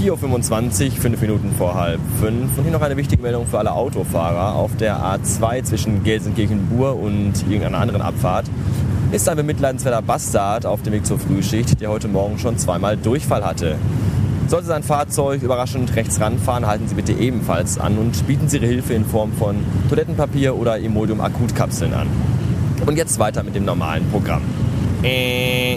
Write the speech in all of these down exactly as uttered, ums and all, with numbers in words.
vier Uhr fünfundzwanzig, fünf Minuten vor halb fünf. Und hier noch eine wichtige Meldung für alle Autofahrer. Auf der A zwei zwischen Gelsenkirchen-Bur und irgendeiner anderen Abfahrt ist ein bemitleidenswerter Bastard auf dem Weg zur Frühschicht, der heute Morgen schon zweimal Durchfall hatte. Sollte sein Fahrzeug überraschend rechts ranfahren, halten Sie bitte ebenfalls an und bieten Sie Ihre Hilfe in Form von Toilettenpapier oder Imodium-Akutkapseln an. Und jetzt weiter mit dem normalen Programm. Äh...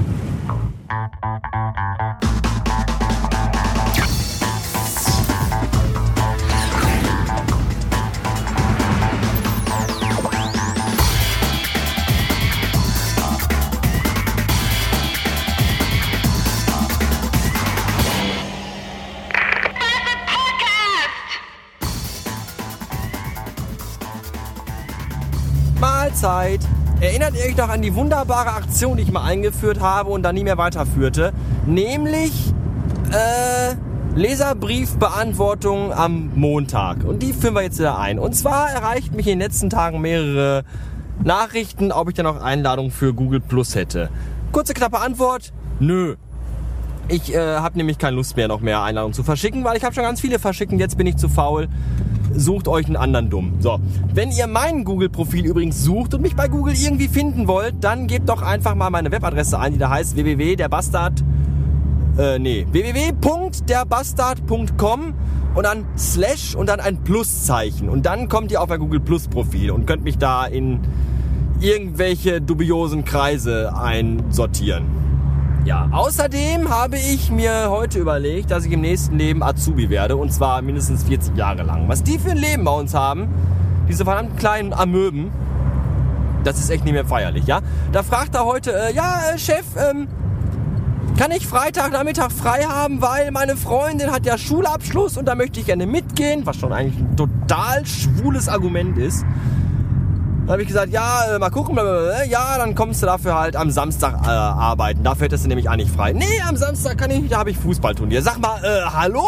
Mahlzeit. Erinnert ihr euch noch an die wunderbare Aktion, die ich mal eingeführt habe und dann nie mehr weiterführte? Nämlich äh, Leserbriefbeantwortung am Montag. Und die führen wir jetzt wieder ein. Und zwar erreicht mich in den letzten Tagen mehrere Nachrichten, ob ich dann noch Einladung für Google Plus hätte. Kurze, knappe Antwort: Nö. Ich äh, habe nämlich keine Lust mehr, noch mehr Einladungen zu verschicken, weil ich habe schon ganz viele verschickt und jetzt bin ich zu faul. Sucht euch einen anderen dumm. So, wenn ihr mein Google-Profil übrigens sucht und mich bei Google irgendwie finden wollt, dann gebt doch einfach mal meine Webadresse ein, die da heißt www.derbastard äh, nee, www punkt derbastard punkt com und dann Slash und dann ein Pluszeichen. Und dann kommt ihr auf ein Google Plus Profil und könnt mich da in irgendwelche dubiosen Kreise einsortieren. Ja, außerdem habe ich mir heute überlegt, dass ich im nächsten Leben Azubi werde, und zwar mindestens vierzig Jahre lang. Was die für ein Leben bei uns haben, diese verdammten kleinen Amöben, das ist echt nicht mehr feierlich, ja? Da fragt er heute, äh, ja, äh, Chef, ähm, kann ich Freitagnachmittag frei haben, weil meine Freundin hat ja Schulabschluss und da möchte ich gerne mitgehen, was schon eigentlich ein total schwules Argument ist. Dann habe ich gesagt, ja, äh, mal gucken, blablabla. Ja, dann kommst du dafür halt am Samstag äh, arbeiten. Dafür hättest du nämlich eigentlich frei. Nee, am Samstag kann ich nicht, da habe ich Fußballturnier. Sag mal, äh, hallo?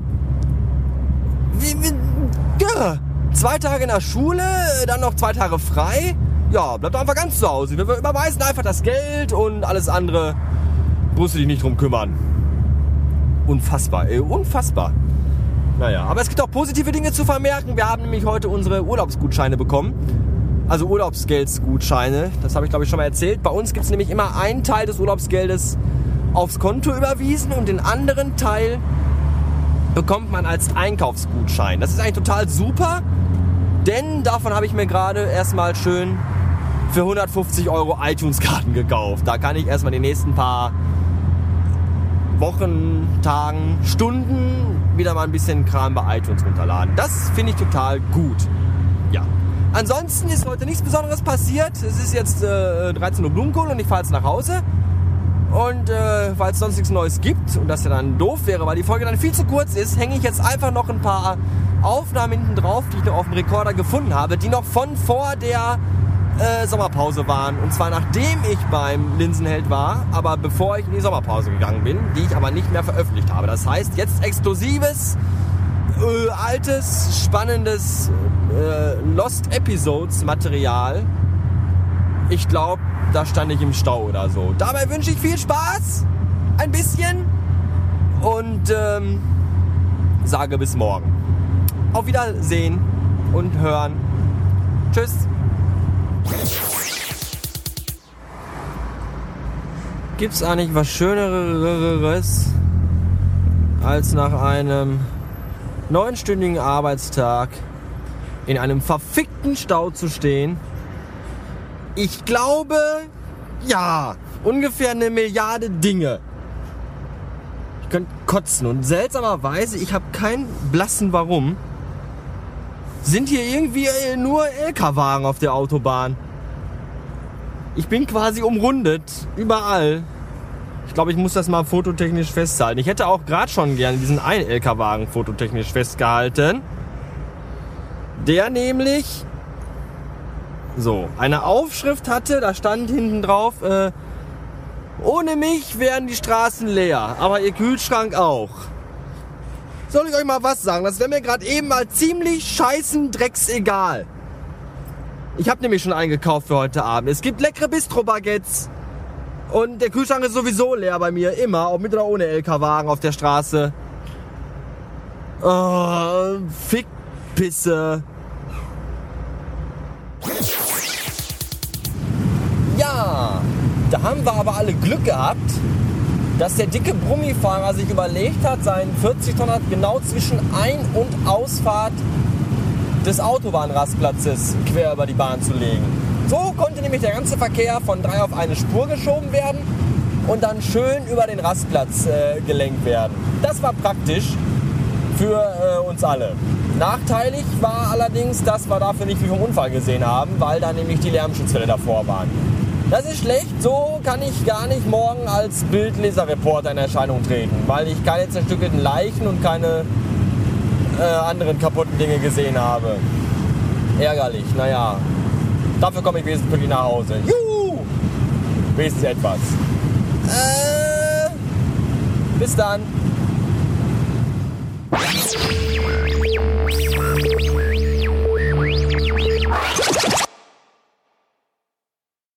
Wie, wie, ja. Zwei Tage in der Schule, dann noch zwei Tage frei. Ja, bleib doch einfach ganz zu Hause. Wir überweisen einfach das Geld und alles andere musst du dich nicht drum kümmern. Unfassbar, ey, unfassbar. Naja, aber es gibt auch positive Dinge zu vermerken. Wir haben nämlich heute unsere Urlaubsgutscheine bekommen. Also Urlaubsgeldsgutscheine, das habe ich glaube ich schon mal erzählt. Bei uns gibt es nämlich immer einen Teil des Urlaubsgeldes aufs Konto überwiesen und den anderen Teil bekommt man als Einkaufsgutschein. Das ist eigentlich total super, denn davon habe ich mir gerade erstmal schön für hundertfünfzig Euro iTunes-Karten gekauft. Da kann ich erstmal die nächsten paar Wochen, Tagen, Stunden wieder mal ein bisschen Kram bei iTunes runterladen. Das finde ich total gut. Ja. Ansonsten ist heute nichts Besonderes passiert. Es ist jetzt äh, dreizehn Uhr Blumenkohl und ich fahre jetzt nach Hause. Und äh, weil es sonst nichts Neues gibt und das ja dann doof wäre, weil die Folge dann viel zu kurz ist, hänge ich jetzt einfach noch ein paar Aufnahmen hinten drauf, die ich noch auf dem Rekorder gefunden habe, die noch von vor der äh, Sommerpause waren. Und zwar nachdem ich beim Linsenheld war, aber bevor ich in die Sommerpause gegangen bin, die ich aber nicht mehr veröffentlicht habe. Das heißt, jetzt exklusives, äh, altes, spannendes äh, Lost Episodes Material. Ich glaube, da stand ich im Stau oder so. Dabei wünsche ich viel Spaß, ein bisschen, und ähm, sage bis morgen. Auf Wiedersehen und hören. Tschüss. Gibt's eigentlich was Schöneres, als nach einem neunstündigen Arbeitstag in einem verfickten Stau zu stehen? Ich glaube, ja, ungefähr eine Milliarde Dinge. Ich könnte kotzen und seltsamerweise, ich habe keinen blassen Warum, sind hier irgendwie nur L K W-Wagen auf der Autobahn. Ich bin quasi umrundet, überall. Ich glaube, ich muss das mal fototechnisch festhalten. Ich hätte auch gerade schon gerne diesen einen L K W-Wagen fototechnisch festgehalten. Der nämlich so eine Aufschrift hatte, da stand hinten drauf, äh, ohne mich wären die Straßen leer, aber ihr Kühlschrank auch. Soll ich euch mal was sagen? Das wäre mir gerade eben mal ziemlich scheißen drecksegal. Ich habe nämlich schon eingekauft für heute Abend. Es gibt leckere Bistro-Baguettes und der Kühlschrank ist sowieso leer bei mir, immer, ob mit oder ohne L K W-Wagen auf der Straße. Oh, Fickpisse. Ja, da haben wir aber alle Glück gehabt, dass der dicke Brummifahrer sich überlegt hat, seinen vierzig Tonner genau zwischen Ein- und Ausfahrt des Autobahnrastplatzes quer über die Bahn zu legen. So konnte nämlich der ganze Verkehr von drei auf eine Spur geschoben werden und dann schön über den Rastplatz äh, gelenkt werden. Das war praktisch für äh, uns alle. Nachteilig war allerdings, dass wir dafür nicht viel vom Unfall gesehen haben, weil da nämlich die Lärmschutzwelle davor waren. Das ist schlecht, so kann ich gar nicht morgen als Bildleserreporter in Erscheinung treten, weil ich keine zerstückelten Leichen und keine äh, anderen kaputten Dinge gesehen habe. Ärgerlich, naja. Dafür komme ich wenigstens pünktlich nach Hause. Juhu! Wenigstens etwas. Äh, bis dann.